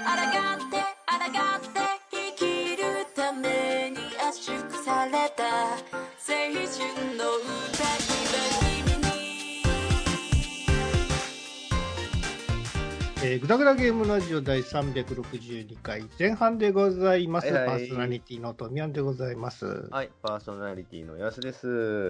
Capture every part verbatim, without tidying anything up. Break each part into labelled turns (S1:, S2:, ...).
S1: 抗って抗って生きるために圧縮された青春の歌君に。
S2: えー、ぐだぐだゲームラジオ第さんびゃくろくじゅうにかい前半でございます。
S3: はいはい、
S2: パーソナリティのトミヤンでございます。
S3: はい、パーソナリティのやすです。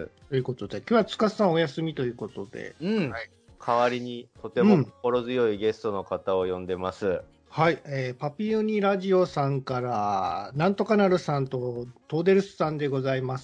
S2: ということで、今日はつかさんお休みということで、
S3: うん。
S2: はい、
S3: 代わりにとても心強いゲストの方を呼んでます。うん、
S2: はい、えー、パピユニラジオさんから、なんとかなるさんとトーデルスさんでございます。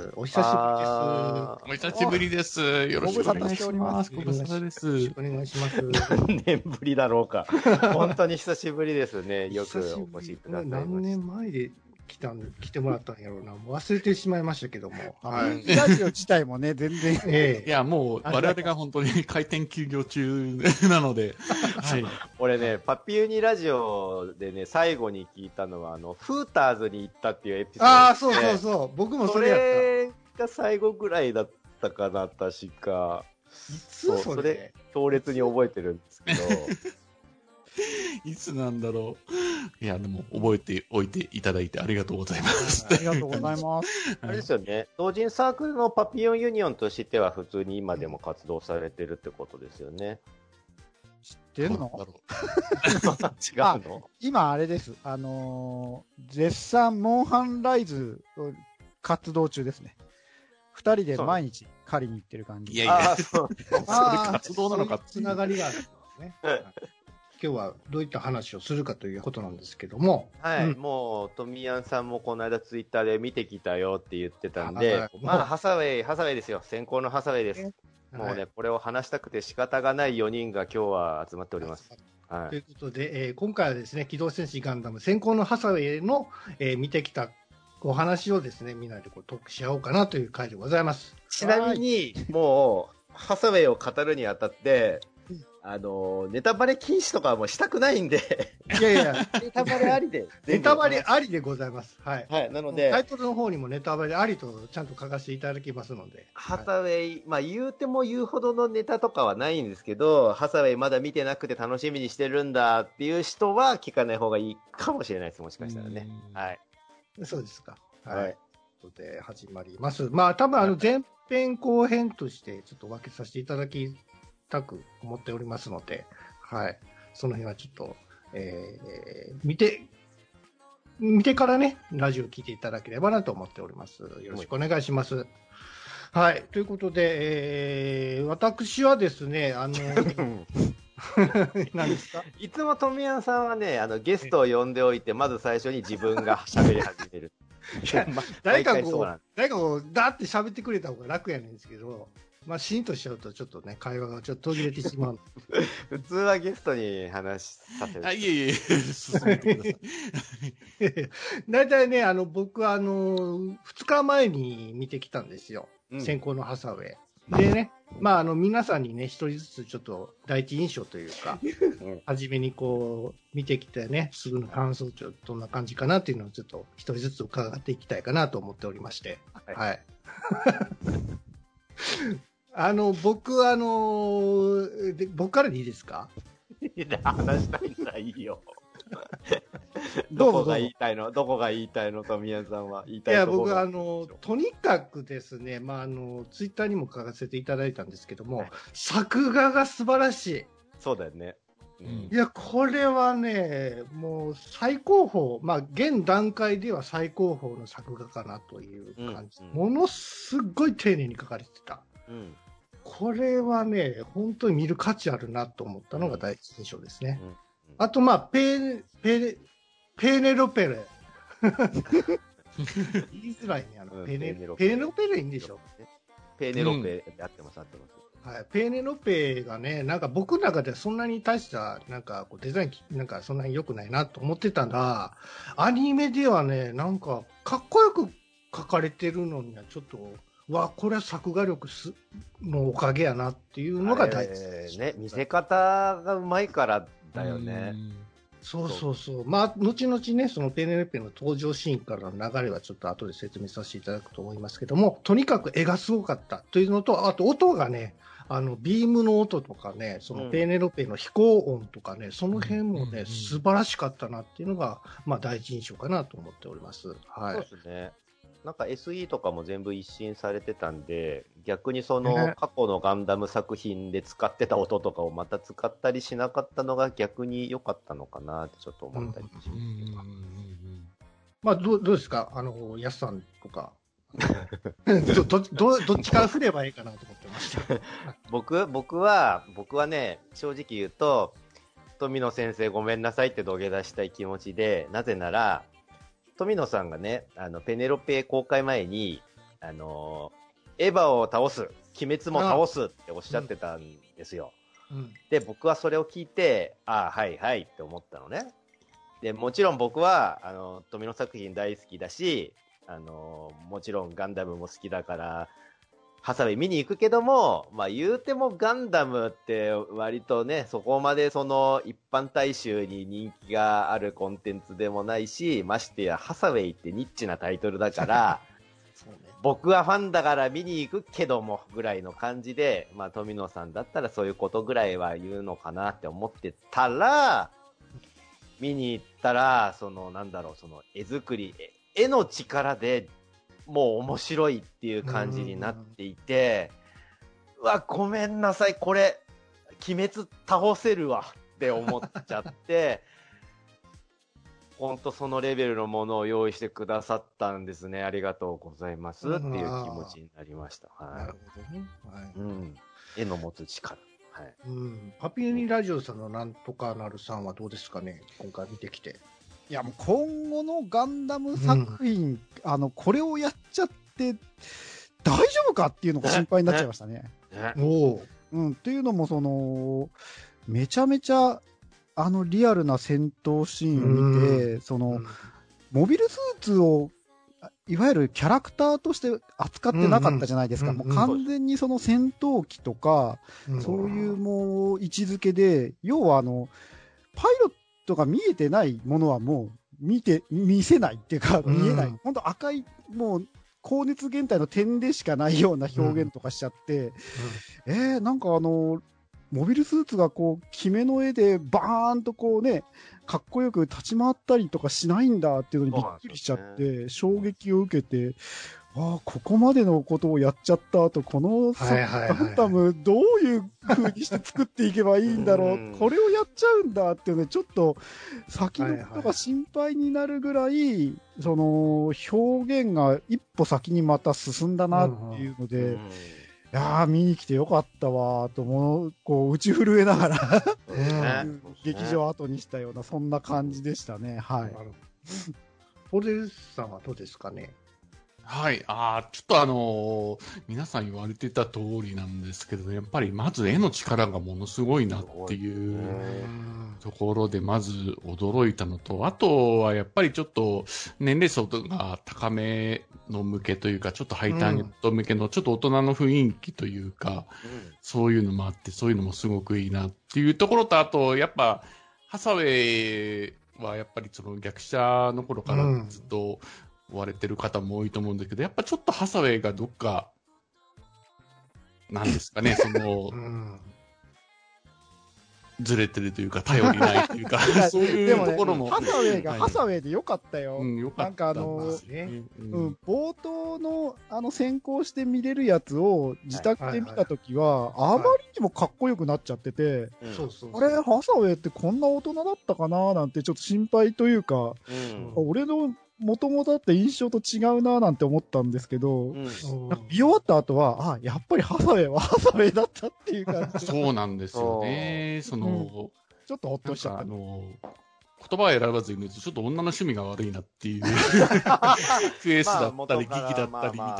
S2: お久しぶりです。
S4: お久しぶりです。よろしくお願いします。ご無沙汰です。よろしく
S2: お願いします。
S3: 何年ぶりだろうか。本当に久しぶりですね。よくお越しくださいました。
S2: 何年前で来たん来てもらったんやろうな。もう忘れてしまいましたけども。
S5: はい。ラジオ自体もね、全然。
S4: ええ。いや、もう、我々が本当に開店休業中なので。はい。
S3: 俺ね、パピユニラジオでね、最後に聞いたのは、あの、フーターズに行ったっていうエピソード、ね。
S2: ああ、そうそうそう。僕もそれやった。
S3: それが最後ぐらいだったかな、確か。
S2: いつそれ
S3: それ、強烈に覚えてるんですけど。
S4: いつなんだろう。いや、でも、覚えておいていただいてありがとうございます。
S5: ありがとうございます。
S3: あれですよね、同人サークルのパピヨンユニオンとしては普通に今でも活動されてるってことですよね。
S5: 知ってんの？
S3: 違うの？
S5: 今あれです。あのー、絶賛モンハンライズ活動中ですね。二人で毎日狩りに行ってる感じ。
S4: いやいや、それ活動なのか
S2: つながりがあるんですね。今日はどういった話をするかということなんですけども。
S3: はい、
S2: うん、
S3: もう、トミヤンさんもこの間ツイッターで見てきたよって言ってたんで、まあ、ハサウェイ、ハサウェイですよ。先行のハサウェイです。もうね、はい、これを話したくて仕方がないよにんが今日は集まっております。
S2: はい、ということで、えー、今回はですね、機動戦士ガンダム先行のハサウェイの、えー、見てきたお話をですね、みんなでこうトークし合おうかなという回でございます。
S3: ちなみに、もう、ハサウェイを語るにあたって、あの、ネタバレ禁止とかはもうしたくないんで。
S2: いやいや、
S3: ネタバレありで。
S2: ネタバレありでございます。はい。
S3: はい。なので、
S2: タイトルの方にもネタバレありとちゃんと書かせていただきますので。
S3: ハサウェイ、はい、まあ言うても言うほどのネタとかはないんですけど、ハサウェイまだ見てなくて楽しみにしてるんだっていう人は聞かない方がいいかもしれないです。もしかしたらね。はい。
S2: そうですか。はい。はい、ということで始まります。まあ多分あの前編後編としてちょっと分けさせていただきたく思っておりますので、はい。その辺はちょっと、えー、見て、見てからね、ラジオを聞いていただければなと思っております。よろしくお願いします。はい。ということで、えー、私はですね、あの、何ですか？
S3: いつも富谷さんはね、あの、ゲストを呼んでおいて、まず最初に自分が喋り始める。
S2: いや、まあ、誰かこう、誰かこう、だって喋ってくれた方が楽やねんですけど、まあ、シーンとしちゃうと、ちょっとね、会話がちょっと途切れてしまう。
S3: 普通はゲストに話させる。
S4: あ、いえいえ、進めてください。
S2: 大体ね、あの、僕は、あの、二日前に見てきたんですよ。うん、先行のハサウェイ。でね、まあ、あの、皆さんにね、一人ずつちょっと第一印象というか、うん、初めにこう、見てきてね、すぐの感想、ちょっとどんな感じかなっていうのをちょっと一人ずつ伺っていきたいかなと思っておりまして。はい。はい、あの、僕、あので、僕からでいいですか？
S3: 話したいならいいよ。どこが言いたいのどこが言いたいのと宮さんは言いたいところ。
S2: いや、僕、あの、とにかくですね、まあ、あの、ツイッターにも書かせていただいたんですけども、はい、作画が素晴らしい。
S3: そうだよね。
S2: うん、いや、これはね、もう最高峰、まあ、現段階では最高峰の作画かなという感じ。うんうん、ものすごい丁寧に書かれてた。うんこれはね、本当に見る価値あるなと思ったのが第一印象ですね。うんうん、あと、まあ、ペー、ペー、ペーネロペレ。言いづらいね、あの、うん、ペーネロペーネロペレいいんでしょ？
S3: ペーネロペやってます、合ってます。
S2: はい、ペーネロペがね、なんか僕の中ではそんなに大した、なんかこうデザイン、なんかそんなに良くないなと思ってたら、アニメではね、なんかかっこよく描かれてるのにはちょっと、わ、これは作画力すのおかげやなっていうのが大事
S3: ね。見せ方がうまいからだよね。
S2: そうそうそう。まあ、後々ね、そのペーネロペの登場シーンからの流れはちょっと後で説明させていただくと思いますけども、とにかく絵がすごかったというのと、あと音がね、 あの、ビームの音とかね、そのペーネロペの飛行音とかね、その辺もね、素晴らしかったなっていうのが、まあ、第一印象かなと思っております。はい。
S3: そうですね。なんか エスイー とかも全部一新されてたんで、逆にその過去のガンダム作品で使ってた音とかをまた使ったりしなかったのが逆に良かったのかなってちょっと思ったりしますけど。
S2: まあ、どう、どうですかあの、ヤスさんとか。ど、ど、ど、どっちから振ればいいかなと思ってました。
S3: 僕、僕は、僕はね、正直言うと、富野先生ごめんなさいって土下座したい気持ちで、なぜなら、富野さんがね、あの、ペネロペ公開前に、あの、エヴァを倒す、鬼滅も倒すっておっしゃってたんですよ。うん、で、僕はそれを聞いて、ああ、はいはいって思ったのね。で、もちろん僕は、あの、富野作品大好きだし、あの、もちろんガンダムも好きだから、ハサウェイ見に行くけども、まあ言うてもガンダムって割とね、そこまでその一般大衆に人気があるコンテンツでもないし、ましてやハサウェイってニッチなタイトルだから、そうね、僕はファンだから見に行くけどもぐらいの感じで、まあ富野さんだったらそういうことぐらいは言うのかなって思ってたら、見に行ったら、そのなんだろう、その絵作り、絵の力でもう面白いっていう感じになっていて、うわ、ごめんなさい、これ、鬼滅倒せるわって思っちゃって、ほんとそのレベルのものを用意してくださったんですね。ありがとうございますっていう気持ちになりました。はい、なるほどね。はい、うん。絵の持つ力。はい。
S2: うん。パピユニラジオさんのなんとかなるさんはどうですかね、今回見てきて。
S5: いや、もう今後のガンダム作品、うん、あの、これをやっちゃって、大丈夫かっていうのが心配になっちゃいましたね。おうん。っていうのも、その、めちゃめちゃ、あの、リアルな戦闘シーンを見て、その、モビルスーツを、いわゆるキャラクターとして扱ってなかったじゃないですか。もう完全にその戦闘機とか、うん、そういうもう位置づけで、要はあの、パイロットとか見えてないものはもう見て、見せないっていうか見えない。うん、本当赤い、もう高熱源体の点でしかないような表現とかしちゃって、うんうん、えー、なんかあの、モビルスーツがこう、決めの絵でバーンとこうね、かっこよく立ち回ったりとかしないんだっていうのにびっくりしちゃって、ね、衝撃を受けて、ああ、ここまでのことをやっちゃった後、このガンダムどういう風にして作っていけばいいんだろう、これをやっちゃうんだっていうね、ちょっと先のことが心配になるぐらい、その表現が一歩先にまた進んだなっていうので、いやー見に来てよかったわーと思う、こう打ち震えながら劇場後にしたような、そんな感じでしたね。はい。
S2: ポデスさんはどうですかね。
S4: はい。ああ、ちょっとあのー、皆さん言われてた通りなんですけど、やっぱりまず絵の力がものすごいなっていうところで、まず驚いたのと、あとはやっぱりちょっと年齢層が高めの向けというか、ちょっとハイターゲット向けのちょっと大人の雰囲気というか、うん、そういうのもあって、そういうのもすごくいいなっていうところと、あと、やっぱ、ハサウェイはやっぱりその逆者の頃からずっと、うん追われてる方も多いと思うんだけど、やっぱちょっとハサウェイがどっか、なんですかね、その、うん、ずれてるというか、頼りないというか、そういうところも。
S5: ね、ハサウェイがハサウェイでよかったよ。
S4: うん、よかった。
S5: なんかあの、ねうん、冒頭のあの先行して見れるやつを自宅で見たときは、あまりにもかっこよくなっちゃってて、あれ、ハサウェイってこんな大人だったかななんてちょっと心配というか、うん、俺のもともとあった印象と違うなぁなんて思ったんですけど、うん、なんか見終わった後は、あ、やっぱりハサウェイはハサウェイだったっていう感じ。
S4: そうなんですよね。その、うん、
S5: ちょっとほっとしちゃった。
S4: あの、言葉を選ばずに言うと、ちょっと女の趣味が悪いなっていう。クエスだったり、劇だったりみたいな。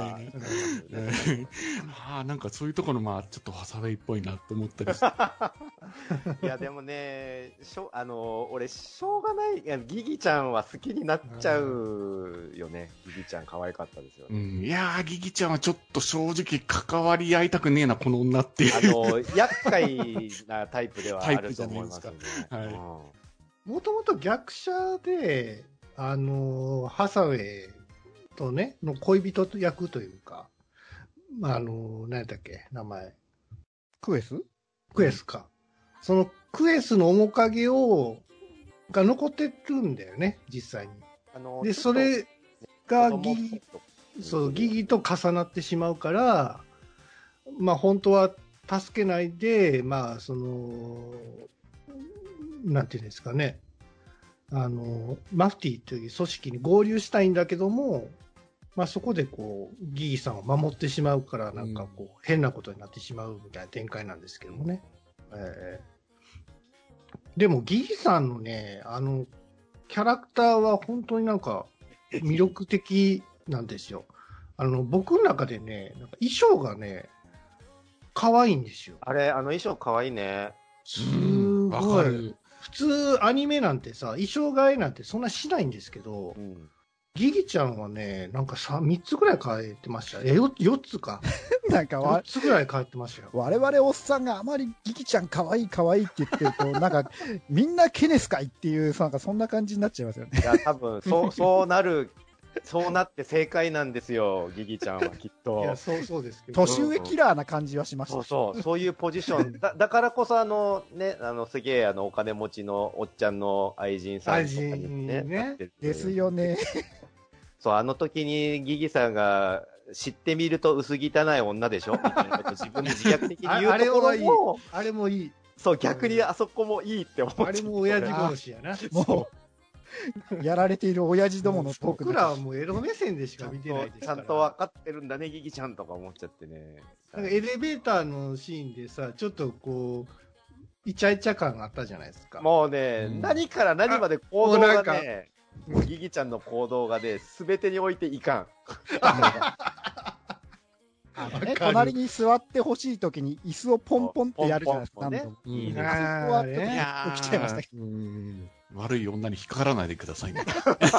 S4: ああ、なんかそういうところも、まあ、ちょっとハサウェイっぽいなと思ったりして。
S3: いや、でもね、しょ、あの、俺、しょうがない、いやギギちゃんは好きになっちゃうよね。ギギちゃん可愛かったですよね。
S4: うん、いやー、ギギちゃんはちょっと正直関わり合いたくねえな、この女っていう。
S3: あの、厄介なタイプではあると思いますね。はい。うん
S2: もともと逆者で、あの、ハサウェイとね、の恋人役というか、あの、何だっけ、名前。
S5: クエス
S2: クエスか。そのクエスの面影を、が残ってるんだよね、実際に。
S3: あの
S2: で、それがギ
S3: ギ
S2: ギ、そう、ギギと重なってしまうから、まあ本当は助けないで、まあその、なんていうんですかね、あの、マフティという組織に合流したいんだけども、まあそこでこう、ギギさんを守ってしまうから、なんかこう、変なことになってしまうみたいな展開なんですけどもね。えーでもギギさんのね、あの、キャラクターは本当になんか魅力的なんですよ。あの、僕の中でね、なんか衣装がね、可愛いんですよ。
S3: あれ、あの衣装かわいいね。
S2: す
S4: うんわ
S2: ごい。
S4: かる。
S2: 普通アニメなんてさ、衣装替えなんてそんなしないんですけど、
S3: うん。
S2: ギギちゃんはね、なんかさみっつぐらい変えてました。え、よよっつか。よっ
S5: なんかわ、
S2: つぐらい変えてましたよ。
S5: 我々おっさんがあまりギギちゃん可愛い可愛いって言ってると、なんか、みんなケネスかいっていう、なんかそんな感じになっちゃいますよね。
S3: いや、多分、そう、そうなる、そうなって正解なんですよ、ギギちゃんはきっ
S2: い
S3: と
S2: や、。そうそうですけど。
S5: 年上キラーな感じはしました。
S3: そうそう、そういうポジション。だだからこそ、あの、ね、あの、すげえ、あの、お金持ちのおっちゃんの愛人さんとかに
S2: 愛人
S3: ね、
S2: ね
S3: なってる
S5: ですよね。
S3: そう、あの時にギギさんが、知ってみると薄汚い女でしょみたいなこと自分で自虐的に言う
S2: ああれ
S3: とこ
S2: はいい
S3: ろも、
S2: あれもいい。
S3: そう、逆にあそこもいいって思っちゃう
S2: あれも親父殺しやな。
S5: もう、やられている親父どものトーク
S2: 僕らはもうエロ目線でしか見てないですから。
S3: ちゃんと分かってるんだね、ギギちゃんとか思っちゃってね。
S2: なんかエレベーターのシーンでさ、ちょっとこう、イチャイチャ感があったじゃないですか。
S3: もうね、
S4: うん
S3: 何から何まで行動
S2: あもうなんか
S3: がね、もうギギちゃんの行動がね、すべてにおいていかん。
S5: あのね、
S2: わかる
S5: 隣に座ってほしいときに椅子をポンポンってやるじゃないですか、
S3: ポンポン
S5: 何度も。
S3: ポンねいいね
S5: あそこはちょっと
S2: ね
S5: グッときちゃいましたけど。
S4: うん悪い女に引っかからないでくださいね。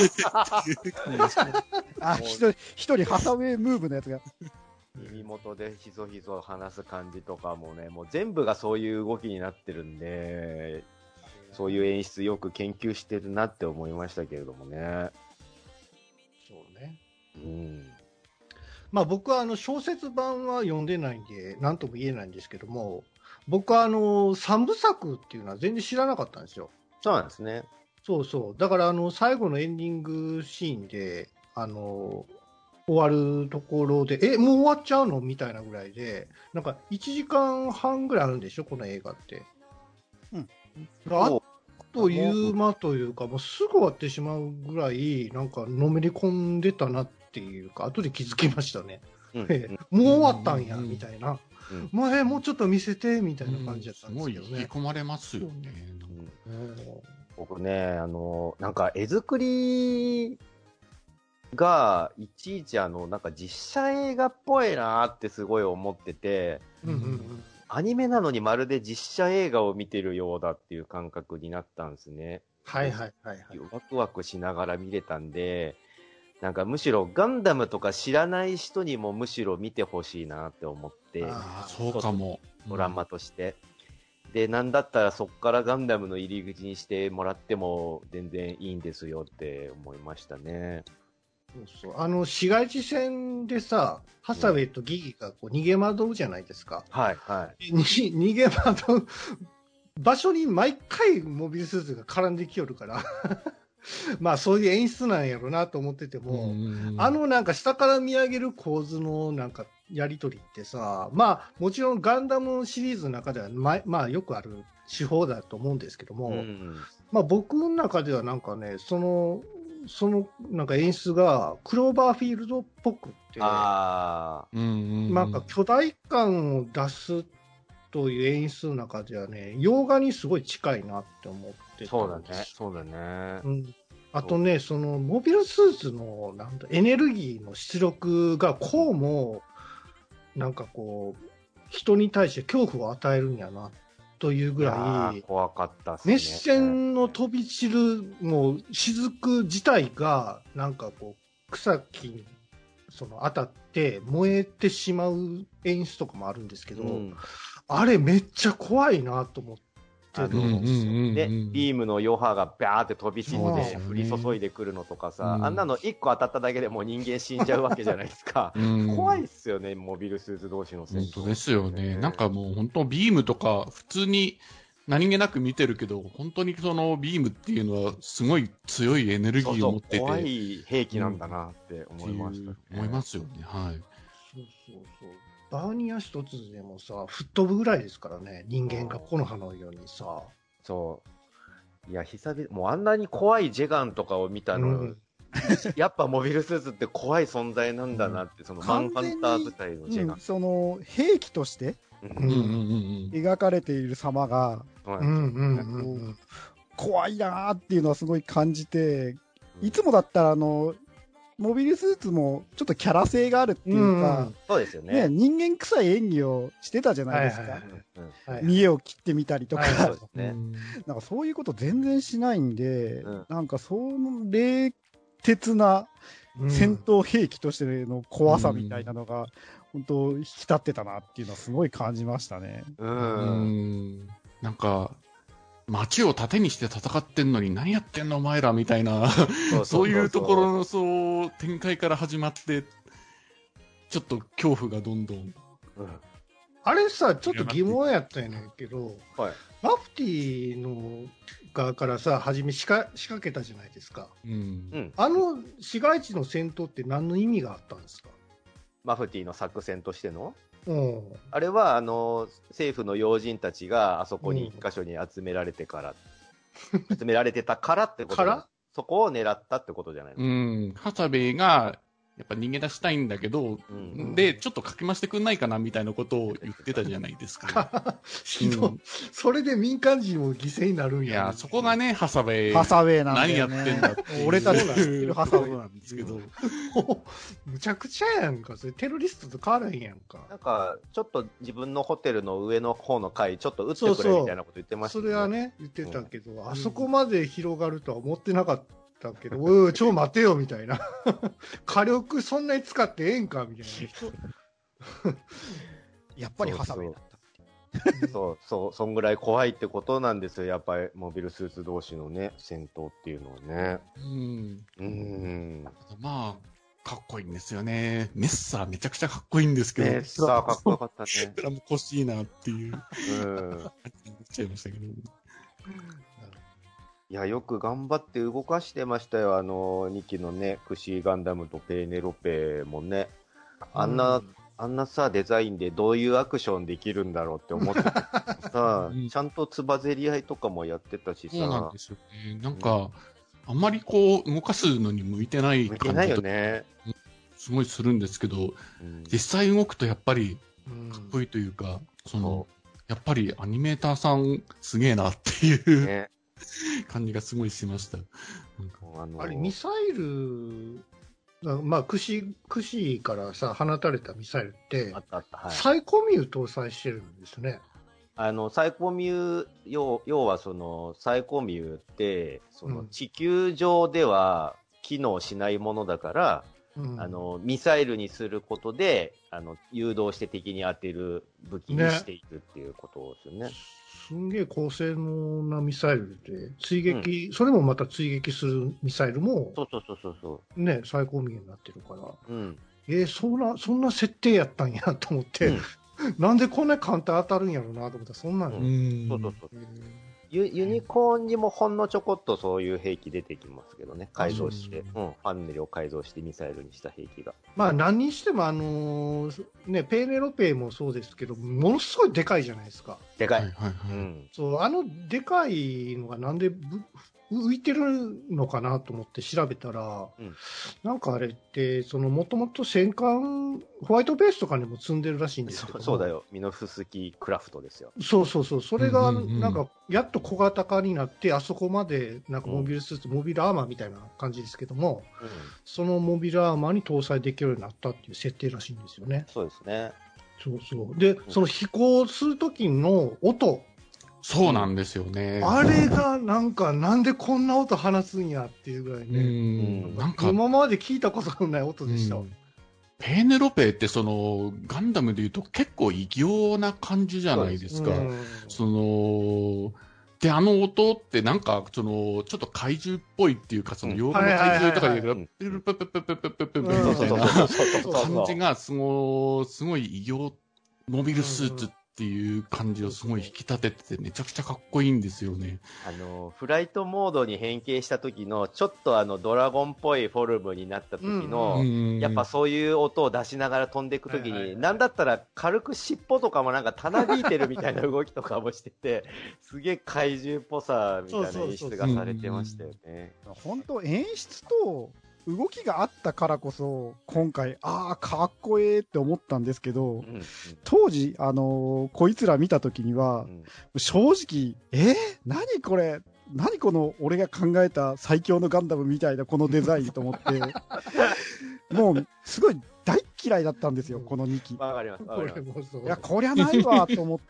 S5: あ、一人、一人ハサウェイムーブのやつが。
S3: 耳元でひそひそ話す感じとかもね、もう全部がそういう動きになってるんで、そういう演出よく研究してるなって思いましたけれどもね。
S2: そうね。
S3: うん。
S2: まあ僕はあの小説版は読んでないんで、なんとも言えないんですけども、僕はあの三部作っていうのは全然知らなかったんですよ。
S3: そうなんですね。
S2: そうそう。だからあの最後のエンディングシーンで、あの、終わるところで、え、もう終わっちゃうのみたいなぐらいで、なんかいちじかんはんぐらいあるんでしょこの映画って。
S5: うん。
S2: あっという間というか、もうすぐ終わってしまうぐらい、なんかのめり込んでたなっていうか、後で気づきましたね。
S3: うん
S2: ええもう終わったんや、
S4: うん
S2: みたいな。
S3: うん
S2: もうえもうちょっと見せて、みたいな感じだった
S4: すごい
S2: んですけどね。
S4: 引き込まれますよね。
S3: うん僕ね、あの、なんか絵作りが、いちいちあの、なんか実写映画っぽいなーってすごい思ってて、
S2: うんうんうん
S3: アニメなのにまるで実写映画を見てるようだっていう感覚になったんですね。
S2: はいはいはいはい。
S3: ワクワクしながら見れたんで、なんかむしろガンダムとか知らない人にもむしろ見てほしいなって思って、
S2: あー
S4: そうかも。
S3: ドラマとして。で、なんだったらそっからガンダムの入り口にしてもらっても全然いいんですよって思いましたね。
S2: そうそうあの市街地戦でさ、ハサウェイとギギがこう逃げ惑うじゃないですか。
S3: はい、はい。
S2: に逃げ惑う場所に毎回モビルスーツが絡んできよるからまあそういう演出なんやろうなと思ってても、
S4: うん
S2: あのなんか下から見上げる構図のなんかやりとりってさ、まあもちろんガンダムシリーズの中ではままあよくある手法だと思うんですけども、
S3: うん。
S2: まあ僕の中ではなんかね、その、そのなんか演出がクローバーフィールドっぽくって、
S3: あ
S4: うんうん
S2: なんか巨大感を出すという演出の中ではね、洋画にすごい近いなって思って
S3: あ、
S2: た
S3: そうだね
S2: んです。。
S3: そうだね
S2: う。ん。あとね、そのモビルスーツのなんだエネルギーの出力がこうもなんかこう人に対して恐怖を与えるんやなというぐ
S3: いや
S2: らい
S3: ー怖かったっすね。
S2: 熱線の飛び散るもう雫自体がなんかこう草木にその当たって燃えてしまう演出とかもあるんですけど、
S3: うん。
S2: あれめっちゃ怖いなと思ってる
S3: ん
S2: ですよ。
S3: ね、ビームの余波がバーって飛び散って降り注いでくるのとかさ、あんなのいっこ当たっただけでもう人間死んじゃうわけじゃないですか。怖いっすよね、モビルスーツ同士の戦闘。
S4: 本当ですよね。なんかもう本当ビームとか普通に何気なく見てるけど、本当にそのビームっていうのはすごい強いエネルギーを持ってて。
S3: そうそう、怖い兵器なんだなって思いました、ね
S4: うん。思いますよね。はい。
S2: そうそうそう。バーニア一つでもさ、吹っ飛ぶぐらいですからね、人間が木の葉のようにさ。
S3: そう。いや、久々、もうあんなに怖いジェガンとかを見たの、うん、やっぱモビルスーツって怖い存在なんだなって、うん、そのマンハンター部隊のジェガン。
S5: うん、その、兵器として描かれている様が、怖いなーっていうのはすごい感じて、いつもだったらあの、モビルスーツもちょっとキャラ性があるっていうか、うん、
S3: そうですよね。
S5: ね、人間臭い演技をしてたじゃないですか。見栄を切ってみたりとか、はいはい、そうですね、なんかそういうこと全然しないんで、うん、なんかその冷徹な戦闘兵器としての怖さみたいなのが、うん、本当引き立ってたなっていうのはすごい感じましたね。
S4: うん。うんなんか、街を盾にして戦ってんのに何やってんのお前らみたいなそういうところのそう展開から始まってちょっと恐怖がどんどん、うん、
S2: あれさちょっと疑問やったんやねんけど、はい、マフティーの側からさ初め仕掛、仕掛けたじゃないですか、うん、あの市街地の戦闘って何の意味があったんですか？
S3: マフティーの作戦としてのうん、あれはあの政府の要人たちがあそこに一箇所に集められてから、うん、集められてたからってことからそこを狙ったってことじゃないの？
S4: うん、ハサベイがやっぱ逃げ出したいんだけど、うん、でちょっとかき回してくんないかなみたいなことを言ってたじゃないですか。
S2: うん、それで民間人も犠牲になるんや、ね、
S4: いやそこがねハサベイ
S5: ハサベイなんだよ、
S4: ね、何やってんだって
S5: 俺たちが知ってるハサベイ
S4: なんですけど
S2: むちゃくちゃやんかそれテロリストと変わらへんやんか。
S3: なんかちょっと自分のホテルの上の方の階ちょっと撃ってくれみたいなこと言ってましたね。
S2: それはね言ってたけど、うん、あそこまで広がるとは思ってなかっただけど、おいちょ待てよみたいな火力そんなに使ってええんかみたいな
S5: やっぱりハサベイだ
S3: ったそうそうそんぐらい怖いってことなんですよやっぱりモビルスーツ同士のね戦闘っていうのはね。うん
S4: うんまあかっこいいんですよね。メッサーめちゃくちゃかっこいいんですけど、
S3: メッサーかっこよかったね。
S4: それも欲しいなっていううん思っちゃいましたけど。
S3: いやよく頑張って動かしてましたよ、あのにきのね、クシーガンダムとペーネロペもね、あんな、うん、あんなさ、デザインでどういうアクションできるんだろうって思ってたさ、うん、ちゃんとつばぜり合いとかもやってたしさ。
S4: そうなんですよね。なんか、うん、あんまりこう、動かすのに向いてない感じ
S3: 向いてないよね。
S4: すごいするんですけど、うん、実際動くとやっぱりかっこいいというか、その、やっぱりアニメーターさんすげえなっていう、ね感じがすごいしました。なんか
S2: あのー、あれミサイル、まあ串串からさ放たれたミサイルってあったあった、はい、サイコミュー搭載してるんですね。
S3: あのサイコミュー 要, 要はそのサイコミューってその地球上では機能しないものだから、うん、あのミサイルにすることであの誘導して敵に当てる武器にしていくっていうことですよね。ね
S2: すんげえ高性能なミサイルで追撃、うん、それもまた追撃するミサイルも
S3: そうそうそうそう
S2: ねサイコミューになってるから、うん、えー、そんなそんな設定やったんやと思って、うん、なんでこんな簡単当たるんやろうなと思ったらそんなん、うん、そうそうそう、えー
S3: ユ, ユニコーンにもほんのちょこっとそういう兵器出てきますけどね、改造して、うん、ファンネルを改造してミサイルにした兵器が。
S2: まあ何にしてもあのー、ねペーネロペイもそうですけどものすごいでかいじゃないですか。
S3: でかい。
S4: はいはいはい、
S2: うん、そうあのでかいのがなんで浮いてるのかなと思って調べたら、うん、なんかあれってそのもともと戦艦ホワイトベースとかにも積んでるらしいんですけど、
S3: そうだよミノフスキークラフトですよ。
S2: そうそうそうそれがなんかやっと小型化になってあそこまでなんかモビルスーツ、うん、モビルアーマーみたいな感じですけども、うん、そのモビルアーマーに搭載できるようになったっていう設定らしいんですよね。
S3: そうですね。
S2: そうそうで、うん、その飛行する時の音
S4: そうなんですよね。
S2: あれがなんかなんでこんな音放つんやっていうぐらいね、うんなんか今まで聞いたことのない音でした。うん、
S4: ペーネロペイってそのガンダムでいうと結構異形な感じじゃないですか。うん、そので、あの音ってなんか、その、ちょっと怪獣っぽいっていうか、その、洋画の怪獣とかで、プルプルプルプルプルプルプルみたいな感じが、すごい、すごい異形、モビルスーツっていう感じをすごい引き立ててて、めちゃくちゃかっこいいんですよね。
S3: あの、フライトモードに変形した時の、ちょっとあの、ドラゴンっぽいフォルムになった時の、やっぱそういう音を出しながら飛んでいく時に、なんだったら軽く尻尾とかもなんかたなびいてるみたいな動きとかもしてて、すげえ怪獣っぽさみたいな演出がされてましたよね。
S5: 本当演出と、動きがあったからこそ、今回、ああ、かっこええって思ったんですけど、うんうん、当時、あのー、こいつら見たときには、うん、正直、えー、何これ何この俺が考えた最強のガンダムみたいなこのデザインと思って、もう、すごい大嫌いだったんですよ、このにき。
S3: わかります、わかります。
S5: いや、こりゃないわと思って、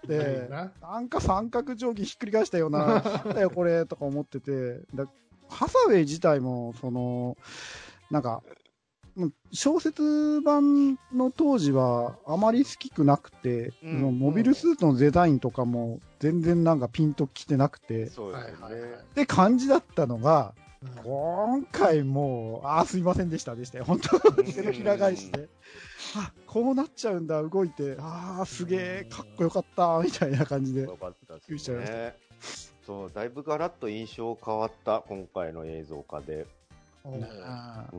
S5: なんか三角定規ひっくり返したような、なんだよこれとか思ってて、だハサウェイ自体も、その、なんか、小説版の当時はあまり好きくなくて、うん、モビルスーツのデザインとかも全然なんかピンときてなくて、
S3: そうですね。
S5: って感じだったのが、うん、今回もう、ああ、すいませんでしたでしたよ。本当手のひら返して、あ、こうなっちゃうんだ、動いて、ああ、すげえ、かっこよかった、みたいな感じで。
S3: よかったですね。そう、だいぶガラッと印象変わった、今回の映像化で。
S2: うん、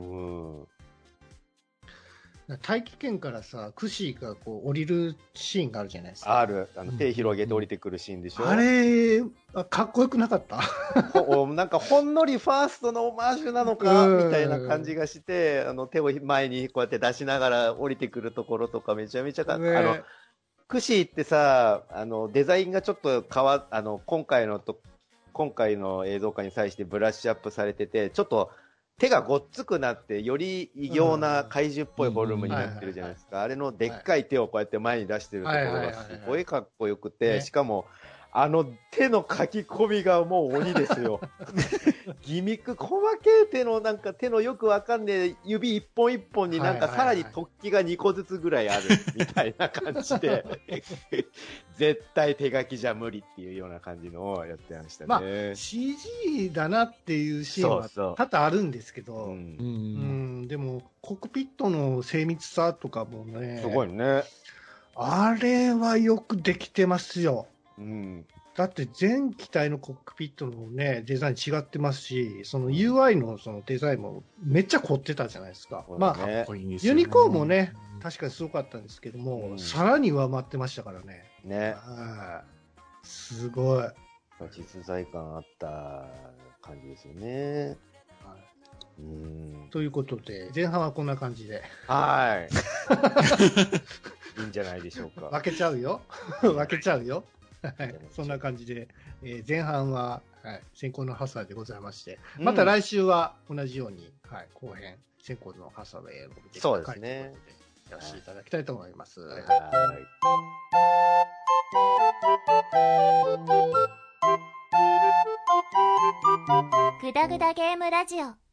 S2: 大気圏からさ、クシーがこう降りるシーンがあるじゃないですか。
S3: ある。あの手広げて降りてくるシーンでしょ。
S2: うん、あれ、かっこよくなかった
S3: なんかほんのりファーストのオマージュなのか、みたいな感じがして、あの手を前にこうやって出しながら降りてくるところとかめちゃめちゃかっこいい。あのクシーってさ、あのデザインがちょっと変わあの今回のと今回の映像化に際してブラッシュアップされてて、ちょっと手がごっつくなって、より異形な怪獣っぽいフォルムになってるじゃないですか。あれのでっかい手をこうやって前に出してるところがすごいかっこよくて、しかも、あの手の書き込みがもう鬼ですよ。ギミック、細けい手のなんか手のよくわかんねえ指一本一本になんかさらに突起がにこずつぐらいあるみたいな感じで、絶対手書きじゃ無理っていうような感じのをやってましたね。まあ、
S2: シージー だなっていうシーンは多々あるんですけど、うん、うん、でもコックピットの精密さとかもね、
S3: すごいね。
S2: あれはよくできてますよ。
S3: うん、
S2: だって全機体のコックピットのね、デザイン違ってますし、その ユーアイ のそのデザインもめっちゃ凝ってたじゃないですか。ね、まあ、ユニコーンもね、確かにすごかったんですけども、うん、さらに上回ってましたからね。
S3: ね。
S2: すごい。
S3: 実在感あった感じですよね。はい、
S2: うん、ということで、前半はこんな感じで。
S3: はい。いいんじゃないでしょうか。
S2: 分けちゃうよ。分けちゃうよ。はい、そんな感じで、えー、前半は、はい、先行のハサウェイでございまして、うん、また来週は同じように、はい、後編、先行のハサウェイを見てい
S3: そうですね。
S2: やらせていただきたいと思います。はい。
S1: グダグダゲームラジオ。